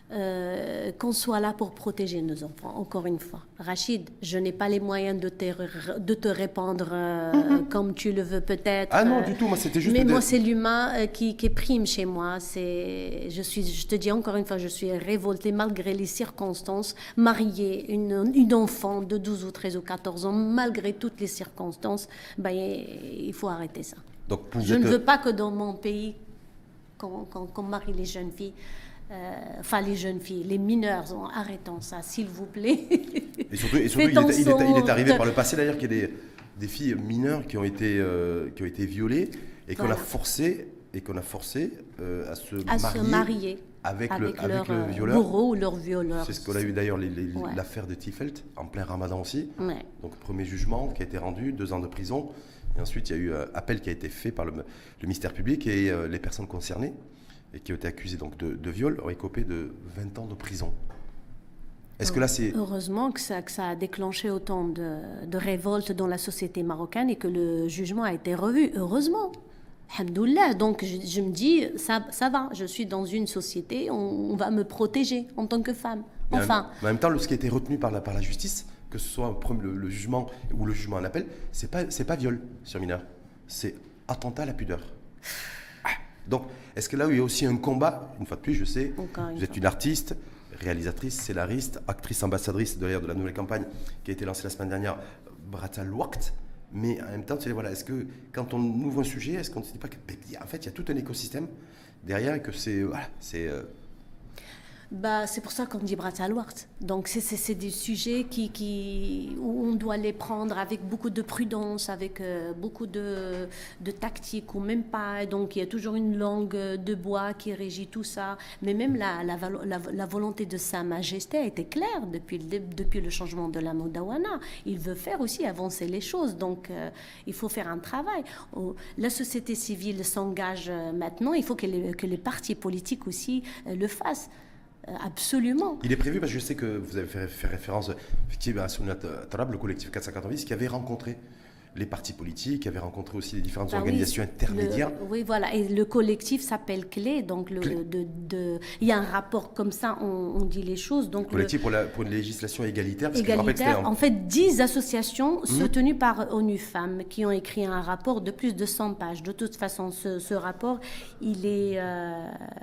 euh, qu'on soit là pour protéger nos enfants, encore une fois. Rachid, je n'ai pas les moyens de te, de te répondre euh, mm-hmm. comme tu le veux peut-être. Ah non, du tout, moi c'était juste... Mais de... moi, c'est l'humain euh, qui, qui prime chez moi. C'est, je, suis, je te dis encore une fois, je suis révoltée malgré les circonstances. Marier une, une enfant de douze ou treize ou quatorze ans, malgré toutes les circonstances, ben, il faut arrêter ça. Donc, je ne veux pas que dans mon pays, qu'on, qu'on, qu'on marie les jeunes filles. Euh, enfin, les jeunes filles, les mineurs, arrêtons ça, s'il vous plaît. Et surtout, et surtout il, est, il, est, il est arrivé par le passé d'ailleurs qu'il y a des, des filles mineures qui ont été, euh, qui ont été violées et qu'on voilà. a forcé, et qu'on a forcé euh, à, se, à marier se marier avec, avec, le, leur avec le violeur. bourreau ou leur violeur. C'est ce qu'on a eu d'ailleurs les, les, ouais. l'affaire de Tifelt en plein ramadan aussi. Ouais. Donc, premier jugement qui a été rendu, deux ans de prison. Et ensuite, il y a eu un appel qui a été fait par le, le ministère public et euh, les personnes concernées, et qui ont été accusés donc de, de viol, ont écopé de vingt ans de prison. Est-ce que là, c'est... Heureusement que ça, que ça a déclenché autant de, de révoltes dans la société marocaine et que le jugement a été revu. Heureusement. Alhamdoulilah. Donc, je, je me dis, ça, ça va. Je suis dans une société, on, on va me protéger en tant que femme. Enfin... Mais en même temps, ce qui a été retenu par la, par la justice, que ce soit le, le jugement ou le jugement en appel, c'est pas, c'est pas viol sur mineur. C'est attentat à la pudeur. Donc, est-ce que là où il y a aussi un combat, une fois de plus, je sais, Encore vous êtes une artiste, réalisatrice, scénariste, actrice ambassadrice de l'air de la nouvelle campagne qui a été lancée la semaine dernière, Brat al Waqt, mais en même temps, voilà, est-ce que quand on ouvre un sujet, est-ce qu'on ne se dit pas qu'en fait, il y a tout un écosystème derrière et que c'est... Voilà, c'est euh, Bah, c'est pour ça qu'on dit Brat al Waqt. Donc, c'est, c'est, c'est des sujets qui, qui, où on doit les prendre avec beaucoup de prudence, avec euh, beaucoup de, de tactique, ou même pas. Donc, il y a toujours une langue de bois qui régit tout ça. Mais même la, la, la, la volonté de Sa Majesté a été claire depuis le, depuis le changement de la Moudawana. Il veut faire aussi avancer les choses. Donc, euh, il faut faire un travail. Oh, la société civile s'engage maintenant. Il faut que les, que les partis politiques aussi euh, le fassent. Absolument. Il est prévu, parce que je sais que vous avez fait, fait référence effectivement à Sonia Tarab, le collectif quatre cent quatre-vingt-dix, qui avait rencontré les partis politiques, qui avait rencontré aussi les différentes bah organisations oui, intermédiaires. Le, oui, voilà. Et le collectif s'appelle Clé. Donc, le, Clé. De, de, il y a un rapport comme ça, on, on dit les choses. Donc, le collectif le, pour, la, pour une législation égalitaire. Parce égalitaire. Que je en... en fait, dix associations mmh. soutenues par ONU Femmes qui ont écrit un rapport de plus de cent pages. De toute façon, ce, ce rapport, il est, euh,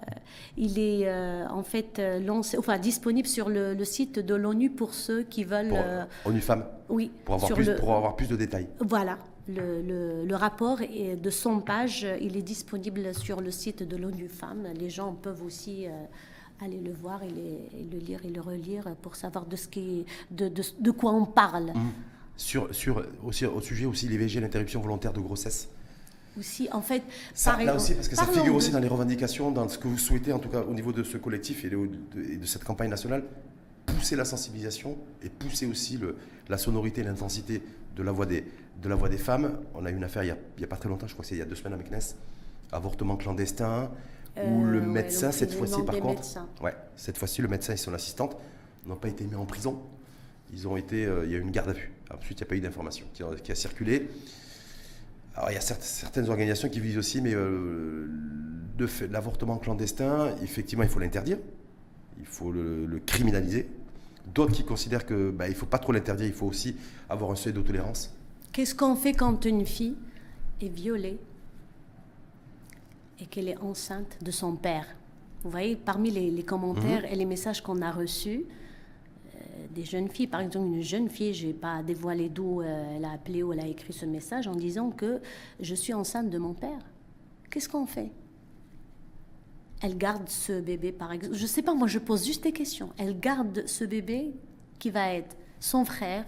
il est euh, en fait lancé, enfin, disponible sur le, le site de l'ONU pour ceux qui veulent... Pour, euh, ONU Femmes. Oui. Pour avoir, plus, le, pour avoir plus de détails. Voilà. Le, le, le rapport est de cent pages, il est disponible sur le site de l'ONU Femmes. Les gens peuvent aussi euh, aller le voir et, les, et le lire et le relire pour savoir de, ce qui, de, de, de quoi on parle. Mmh. Sur, sur, aussi, au sujet aussi l'I V G, l'interruption volontaire de grossesse. Aussi, en fait, ça, par là aussi, parce que ça figure de... aussi dans les revendications, dans ce que vous souhaitez, en tout cas au niveau de ce collectif et de, de, et de cette campagne nationale, pousser la sensibilisation et pousser aussi le, la sonorité et l'intensité de la voix des, de la voix des femmes. On a eu une affaire il n'y a, a pas très longtemps, je crois que c'est il y a deux semaines à Meknes, avortement clandestin, euh, où le médecin, ouais, cette fois-ci par contre, ouais, cette fois-ci le médecin et son assistante n'ont pas été mis en prison. Ils ont été, euh, il y a eu une garde à vue. Ensuite, il n'y a pas eu d'information qui, qui a circulé. Alors, il y a certes, certaines organisations qui visent aussi, mais euh, de fait, l'avortement clandestin, effectivement, il faut l'interdire. Il faut le, le criminaliser. D'autres qui considèrent qu'il bah, ne faut pas trop l'interdire, il faut aussi avoir un seuil de tolérance. Qu'est-ce qu'on fait quand une fille est violée et qu'elle est enceinte de son père? Vous voyez, parmi les, les commentaires mmh. et les messages qu'on a reçus, euh, des jeunes filles, par exemple une jeune fille, je n'ai pas dévoilé d'où euh, elle a appelé ou elle a écrit ce message en disant que je suis enceinte de mon père. Qu'est-ce qu'on fait? Elle garde ce bébé, par exemple. Je ne sais pas, moi, je pose juste des questions. Elle garde ce bébé qui va être son frère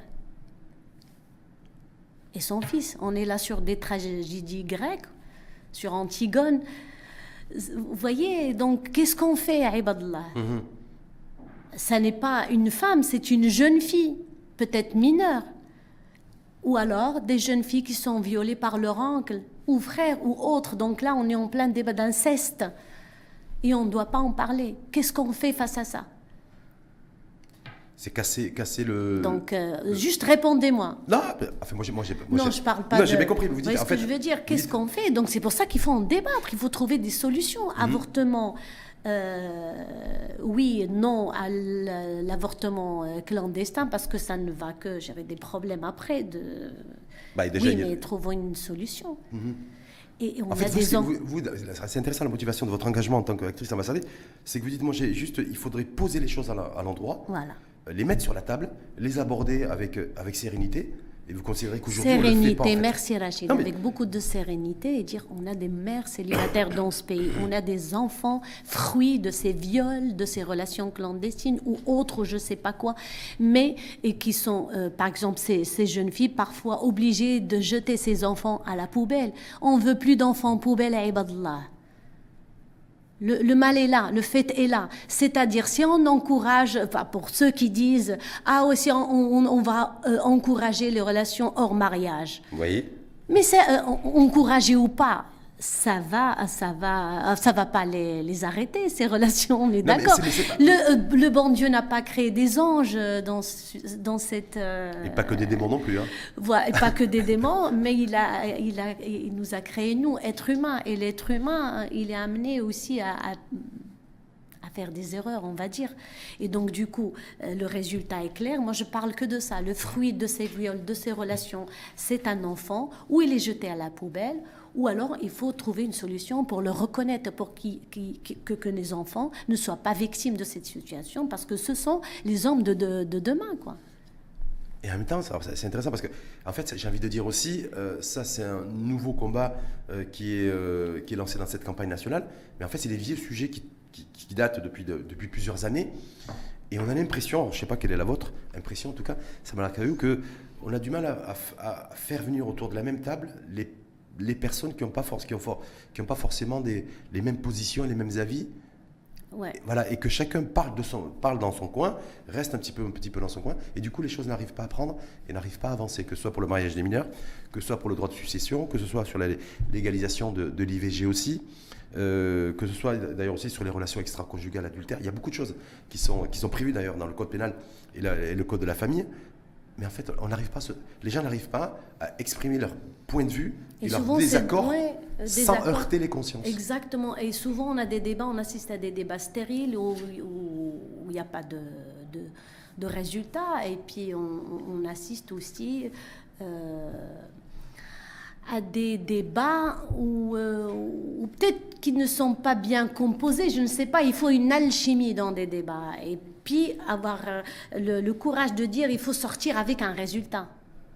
et son fils. On est là sur des tragédies grecques, sur Antigone. Vous voyez, donc, qu'est-ce qu'on fait, Ibadallah? mm-hmm. Ça n'est pas une femme, c'est une jeune fille, peut-être mineure. Ou alors, des jeunes filles qui sont violées par leur oncle, ou frère, ou autre. Donc là, on est en plein débat d'inceste. Et on ne doit pas en parler. Qu'est-ce qu'on fait face à ça? C'est casser, casser le... Donc, euh, juste répondez-moi. Non, enfin, moi, j'ai, moi, j'ai, moi, non, j'ai... je parle pas non, de... j'ai bien compris. Vous Vous dites, voyez ce en fait, que je veux dire? Qu'est-ce dites... qu'on fait? Donc, c'est pour ça qu'il faut en débattre. Il faut trouver des solutions. Mm-hmm. Avortement, euh, oui, non à l'avortement clandestin, parce que ça ne va que... J'avais des problèmes après de... Bah, déjà, oui, il y a... mais trouvons une solution. Mm-hmm. Et on en fait, a vous, des en... vous, vous, c'est intéressant la motivation de votre engagement en tant qu'actrice ambassadrice, c'est que vous dites, moi, j'ai juste, il faudrait poser les choses à l'endroit. Voilà. Les mettre sur la table, les aborder avec, avec sérénité, et vous considérez qu'aujourd'hui on le fait sérénité, pas, en fait. Merci Rachid, mais... avec beaucoup de sérénité, et dire on a des mères célibataires dans ce pays, on a des enfants fruits de ces viols, de ces relations clandestines ou autres, je sais pas quoi, mais et qui sont, euh, par exemple, ces, ces jeunes filles parfois obligées de jeter ces enfants à la poubelle. On veut plus d'enfants poubelle à Ibadallah. Le, le mal est là, le fait est là. C'est-à-dire, si on encourage, enfin, pour ceux qui disent « Ah, aussi, on, on, on va euh, encourager les relations hors mariage. » Vous voyez ? Mais c'est euh, encourager ou pas, ça va, ça va, ça va pas les, les arrêter, ces relations, on est d'accord. Le, euh, le bon Dieu n'a pas créé des anges dans, dans cette... Euh, et pas que des démons non plus. Hein. Voilà, et pas que des démons, mais il, a, il, a, il nous a créé, nous, êtres humains. Et l'être humain, il est amené aussi à... à à faire des erreurs, on va dire. Et donc, du coup, euh, le résultat est clair. Moi, je parle que de ça. Le fruit de ces viols, de ces relations, c'est un enfant, ou il est jeté à la poubelle, ou alors il faut trouver une solution pour le reconnaître, pour qui, qui, qui, que, que les enfants ne soient pas victimes de cette situation, parce que ce sont les hommes de, de, de demain, quoi. Et en même temps, c'est intéressant parce que, en fait, j'ai envie de dire aussi, euh, ça c'est un nouveau combat euh, qui, est, euh, qui est lancé dans cette campagne nationale, mais en fait, c'est des vieux sujets qui, qui, qui datent depuis, de, depuis plusieurs années. Et on a l'impression, je ne sais pas quelle est la vôtre, impression en tout cas, ça m'a l'air qu'on a du mal à, à, à faire venir autour de la même table les, les personnes qui n'ont pas, for, qui ont for, qui ont pas forcément des, les mêmes positions, les mêmes avis. Ouais. Et voilà, et que chacun parle, de son, parle dans son coin, reste un petit, peu, un petit peu dans son coin, et du coup les choses n'arrivent pas à prendre et n'arrivent pas à avancer, que ce soit pour le mariage des mineurs, que ce soit pour le droit de succession, que ce soit sur la légalisation de, de l'I V G aussi, euh, que ce soit d'ailleurs aussi sur les relations extra-conjugales adultères. Il y a beaucoup de choses qui sont, qui sont prévues d'ailleurs dans le code pénal et, la, et le code de la famille. Mais en fait, on n'arrive pas, les gens n'arrivent pas à exprimer leur point de vue et, et leur désaccord ouais, sans accords, heurter les consciences. Exactement. Et souvent, on a des débats, on assiste à des débats stériles où il n'y a pas de, de, de résultats. Et puis, on, on assiste aussi euh, à des débats où, euh, où peut-être qu'ils ne sont pas bien composés. Je ne sais pas, il faut une alchimie dans des débats. Et puis avoir le, le courage de dire il faut sortir avec un résultat.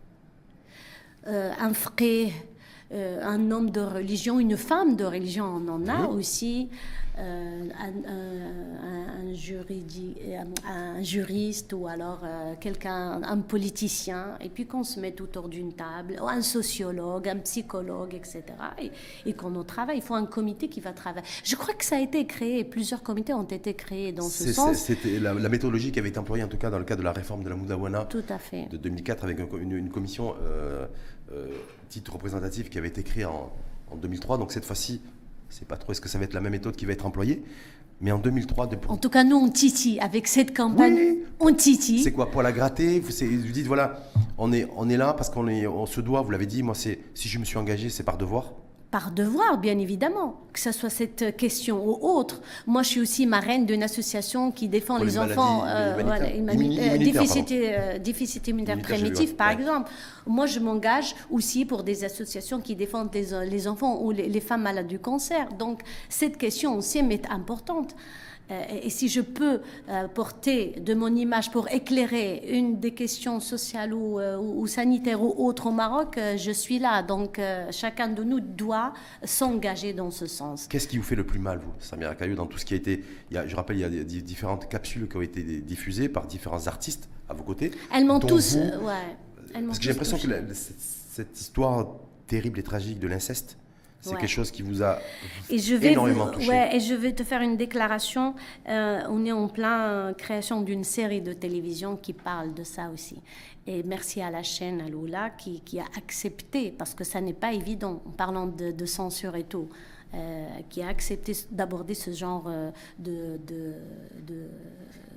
Euh, un frère, euh, un homme de religion, une femme de religion, on en a mmh. aussi. Euh, un, un, un, juridi, un, un juriste ou alors euh, quelqu'un, un politicien, et puis qu'on se mette autour d'une table, un sociologue, un psychologue, et cetera. Et, et qu'on travaille. Il faut un comité qui va travailler. Je crois que ça a été créé, plusieurs comités ont été créés dans ce sens. C'était la, la méthodologie qui avait été employée en tout cas dans le cadre de la réforme de la Moudawana tout à fait. De deux mille quatre avec une, une commission euh, euh, titre représentatif qui avait été créée en, en deux mille trois. Donc cette fois-ci, je ne sais pas trop est-ce que ça va être la même méthode qui va être employée, mais en deux mille trois... De... En tout cas, nous, on titille. Avec cette campagne, oui. on titille. C'est quoi, pour la gratter? Vous, vous dites, voilà, on est, on est là parce qu'on on se doit, vous l'avez dit, moi, si je me suis engagé, c'est par devoir. Par devoir, bien évidemment, que ce soit cette question ou autre. Moi, je suis aussi marraine d'une association qui défend pour les, les enfants euh, voilà, euh, déficit immunitaire primitif, par ouais. exemple. Moi, je m'engage aussi pour des associations qui défendent les, les enfants ou les, les femmes malades du cancer. Donc, cette question aussi est importante. Et si je peux porter de mon image pour éclairer une des questions sociales ou, ou, ou sanitaires ou autres au Maroc, je suis là. Donc, chacun de nous doit s'engager dans ce sens. Qu'est-ce qui vous fait le plus mal, vous, Samira Kayo, dans tout ce qui a été... Il y a, je rappelle, il y a des, différentes capsules qui ont été diffusées par différents artistes à vos côtés. Elles m'ont tous... Vous, euh, ouais, elles parce que j'ai l'impression que la, cette, cette histoire terrible et tragique de l'inceste, c'est ouais. quelque chose qui vous a et je vais énormément vous, touché. Ouais, et je vais te faire une déclaration. Euh, on est en plein création d'une série de télévision qui parle de ça aussi. Et merci à la chaîne Aloula qui, qui a accepté, parce que ça n'est pas évident, en parlant de, de censure et tout, euh, qui a accepté d'aborder ce genre de, de, de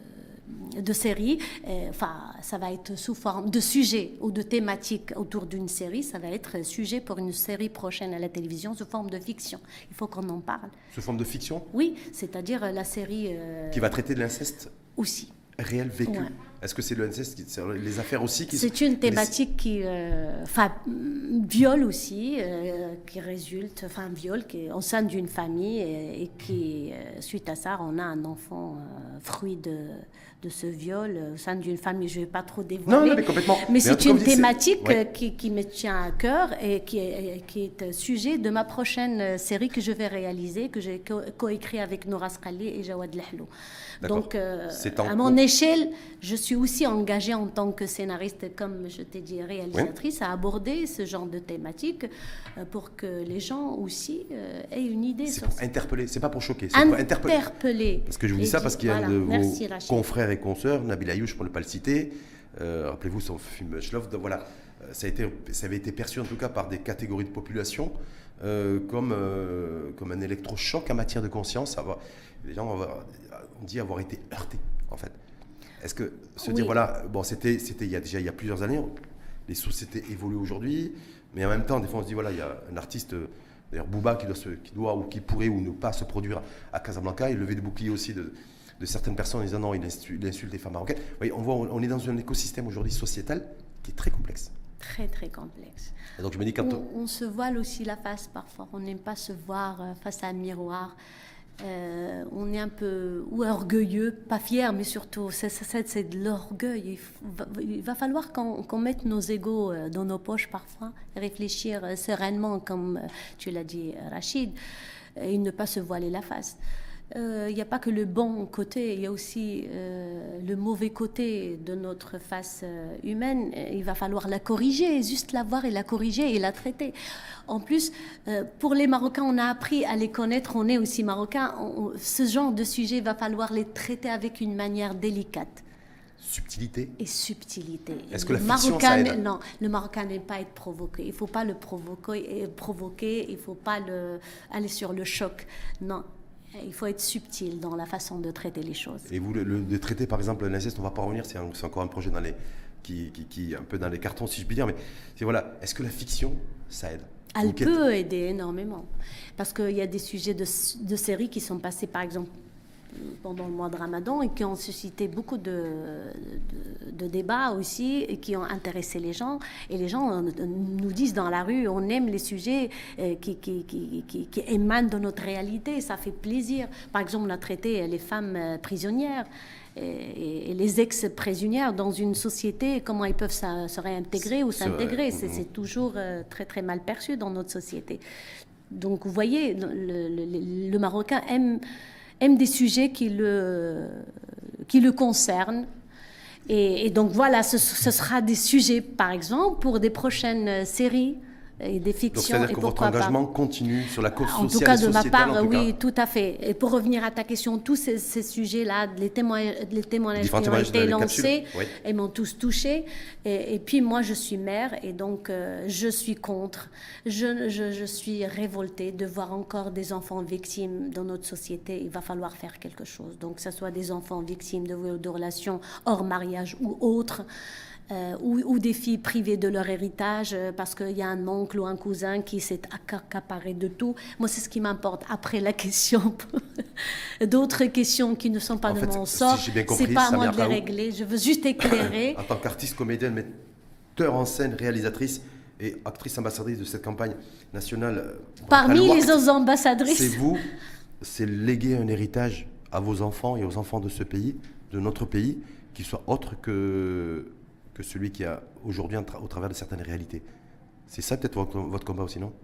de série. Euh, Enfin, ça va être sous forme de sujet ou de thématique autour d'une série. Ça va être sujet pour une série prochaine à la télévision sous forme de fiction. Il faut qu'on en parle. Sous forme de fiction? Oui, c'est-à-dire la série... Euh, Qui va traiter de l'inceste aussi. Réel, vécu. Ouais. Est-ce que c'est le inceste, c'est les affaires aussi qui C'est une thématique qui, euh, enfin, viol aussi, euh, qui résulte, enfin, viol qui est au sein d'une famille et, et qui, euh, suite à ça, on a un enfant euh, fruit de, de ce viol euh, au sein d'une famille. Je ne vais pas trop dévoiler. Non, non, mais complètement. Mais, mais c'est une dit, thématique ouais. qui, qui me tient à cœur et qui est, qui est sujet de ma prochaine série que je vais réaliser, que j'ai coécrit avec Noura Sqali et Jawad Lehlou. Donc, euh, à mon échelle, je suis aussi engagée en tant que scénariste, comme je t'ai dit, réalisatrice, oui. à aborder ce genre de thématique pour que les gens aussi euh, aient une idée. C'est pour ça. Interpeller, c'est pas pour choquer, c'est interpeller. pour interpeller. Parce que je vous dis ça parce qu'il y a voilà. un de vos Merci, confrères et consoeurs, Nabil Ayouch, pour ne pas le citer, euh, rappelez-vous son film Shlof, voilà, ça, a été, ça avait été perçu en tout cas par des catégories de population euh, comme, euh, comme un électrochoc en matière de conscience. Avoir, les gens ont dit avoir été heurtés, en fait. Est-ce que se oui. dire, voilà, bon, c'était, c'était il y a déjà il y a plusieurs années, les sociétés évoluent aujourd'hui, mais en même temps, des fois, on se dit, voilà, il y a un artiste, d'ailleurs Booba, qui doit, se, qui doit ou qui pourrait ou ne pas se produire à Casablanca, il levait des boucliers aussi de, de certaines personnes en disant, non, il insulte, il insulte les femmes marocaines. Oui, on voit, on est dans un écosystème aujourd'hui sociétal qui est très complexe. Très, très complexe. Et donc, je me dis, quand on, on se voile aussi la face parfois, on n'aime pas se voir face à un miroir. Euh, on est un peu ou orgueilleux, pas fier, mais surtout c'est, c'est, c'est de l'orgueil. Il, va, il va falloir qu'on, qu'on mette nos égos dans nos poches parfois, réfléchir sereinement, comme tu l'as dit, Rachid, et ne pas se voiler la face. Il euh, n'y a pas que le bon côté, il y a aussi euh, le mauvais côté de notre face euh, humaine. Il va falloir la corriger, juste la voir et la corriger et la traiter. En plus, euh, pour les Marocains, on a appris à les connaître, on est aussi Marocains. On, ce genre de sujet, il va falloir les traiter avec une manière délicate. Subtilité et subtilité. Est-ce que le la fiction, Marocain, ça aide? Non, le Marocain n'aime pas être provoqué. Il ne faut pas le provoquer, provoquer il ne faut pas le, aller sur le choc. Non. Il faut être subtil dans la façon de traiter les choses. Et vous, le, le, de traiter par exemple l'inceste, on ne va pas revenir, c'est, un, c'est encore un projet dans les, qui, qui, qui un peu dans les cartons, si je puis dire, mais c'est, voilà, est-ce que la fiction, ça aide? Elle Ou peut qu aider énormément. Parce qu'il y a des sujets de, de séries qui sont passés, par exemple, pendant le mois de Ramadan et qui ont suscité beaucoup de, de, de débats aussi et qui ont intéressé les gens. Et les gens nous disent dans la rue, on aime les sujets qui, qui, qui, qui, qui émanent de notre réalité. Ça fait plaisir. Par exemple, on a traité les femmes prisonnières et, et les ex-prisonnières dans une société, comment ils peuvent se réintégrer ou s'intégrer. C'est, c'est toujours très, très mal perçu dans notre société. Donc, vous voyez, le, le, le Marocain aime... aime des sujets qui le, qui le concernent. Et, et donc voilà, ce, ce sera des sujets, par exemple, pour des prochaines séries et des fictions. Donc c'est-à-dire et que votre engagement pas. continue sur la cause sociale. En tout cas, de ma part, oui, cas. tout à fait. Et pour revenir à ta question, tous ces, ces sujets-là, les témoignages, les témoignages qui ont été lancés, oui. ils m'ont tous touchée. Et, et puis moi, je suis mère et donc euh, je suis contre. Je, je, je suis révoltée de voir encore des enfants victimes dans notre société. Il va falloir faire quelque chose. Donc, que ce soit des enfants victimes de, de relations hors mariage ou autres. Euh, ou, ou des filles privées de leur héritage euh, parce qu'il y a un oncle ou un cousin qui s'est accaparé de tout. Moi, c'est ce qui m'importe. Après la question, d'autres questions qui ne sont pas en de fait, mon sort, si c'est pas à moi de les régler. Je veux juste éclairer. En tant qu'artiste, comédienne, metteur en scène, réalisatrice et actrice ambassadrice de cette campagne nationale. Parmi les autres ambassadrices. C'est vous, c'est léguer un héritage à vos enfants et aux enfants de ce pays, de notre pays, qui soit autre que... que celui qui a aujourd'hui au travers de certaines réalités. C'est ça peut-être votre, votre combat aussi, non?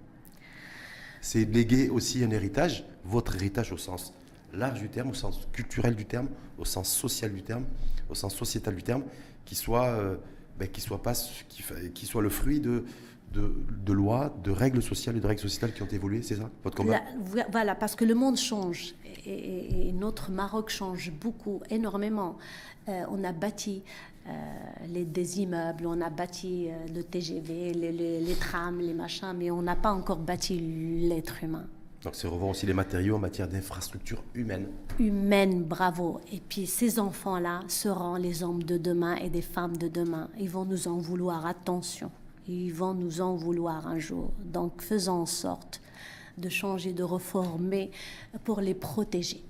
C'est léguer aussi un héritage, votre héritage au sens large du terme, au sens culturel du terme, au sens social du terme, au sens sociétal du terme, qui soit, euh, ben, qui soit, pas, qui, qui soit le fruit de, de, de lois, de règles sociales et de règles sociétales qui ont évolué, c'est ça, votre combat? La, Voilà, parce que le monde change et, et, et notre Maroc change beaucoup, énormément. Euh, on a bâti euh, les, des immeubles, on a bâti euh, le T G V, les, les, les trams, les machins, mais on n'a pas encore bâti l'être humain. Donc c'est revoir aussi les matériaux en matière d'infrastructure humaine. Humaine, bravo. Et puis ces enfants-là seront les hommes de demain et des femmes de demain. Ils vont nous en vouloir, attention. Ils vont nous en vouloir un jour. Donc faisons en sorte de changer, de reformer pour les protéger.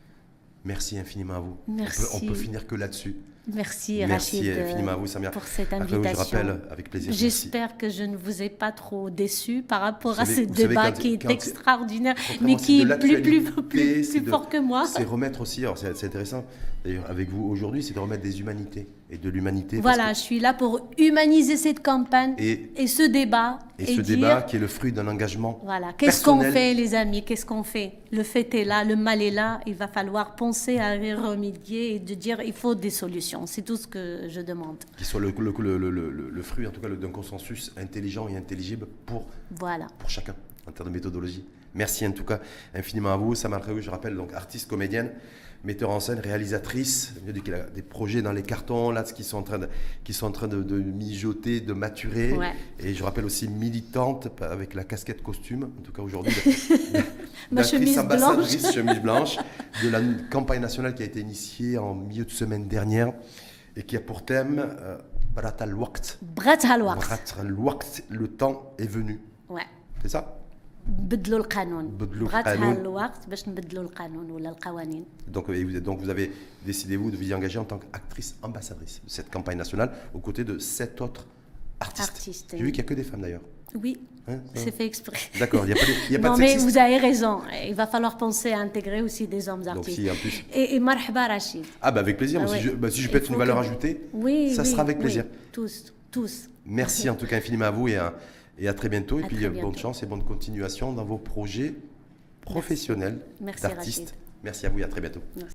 Merci infiniment à vous. Merci. On peut, on peut finir que là-dessus. Merci, Merci Rachid, infiniment à vous, Samia. pour cette Rakhloui, invitation. je rappelle avec plaisir. J'espère que je ne vous ai pas trop déçu par rapport Vous à savez- ce vous savez, débat quand- qui est quand- extraordinaire, Contrairement mais aussi qui de est plus, plus, l'actualité, plus, c'est plus de- fort que moi. C'est remettre aussi, alors c'est c'est intéressant, d'ailleurs avec vous aujourd'hui, c'est de remettre des humanités et de l'humanité. parce Voilà, que- je suis là pour humaniser cette campagne Et- et, ce débat. Et, ce dire, débat qui est le fruit d'un engagement voilà, qu'est-ce qu'on personnel. fait, les amis? Qu'est-ce qu'on fait? Le fait est là, le mal est là. Il va falloir penser à y remédier et de dire il faut des solutions. C'est tout ce que je demande. Qui soit le, le, le, le, le- le fruit, en tout cas, le- d'un consensus intelligent et intelligible pour, Voilà. pour chacun, en termes de méthodologie. Merci en tout cas infiniment à vous. Samia Rakhloui, je rappelle, donc artiste, comédienne, metteur en scène, réalisatrice. Je dis qu'il a des projets dans les cartons, là, qui sont en train de, qui sont en train de, de mijoter, de maturer. Ouais. Et je rappelle aussi militante avec la casquette costume, en tout cas aujourd'hui, de- Ma d'actrice chemise ambassadrice, blanche. chemise blanche, de la campagne nationale qui a été initiée en milieu de semaine dernière et qui a pour thème euh, Brat al-Waqt. Brat al-Waqt. Brat al-Waqt, le temps est venu. Ouais. C'est ça? بدلوا القانون بدلوا بغات القانون. الوقت باش نبدلوا القانون ولا القوانين. Donc, et vous, êtes- donc vous avez décidé, vous, de vous y engager en tant qu'actrice ambassadrice de cette campagne nationale aux côtés de sept autres artistes. Artistes, J'ai vu qu'il n'y a que des femmes d'ailleurs. Oui, Hein, ça c'est fait exprès. D'accord, il n'y a pas de, il y a pas Non de mais sexisme. vous avez raison, il va falloir penser à intégrer aussi des hommes Donc artistes. si en plus... Et, et marhaba Rachid. Ah bah avec plaisir, Ah moi, ouais. si je, bah, si je Il peux être faut une valeur que- ajoutée, Oui, ça oui, sera avec oui. plaisir. Tous, tous. Merci en tout cas infiniment à vous et à, et à très bientôt. Et À puis très euh, bonne bientôt. chance et bonne continuation dans vos projets professionnels Merci, d'artistes. Rachid. Merci à vous et à très bientôt. Merci.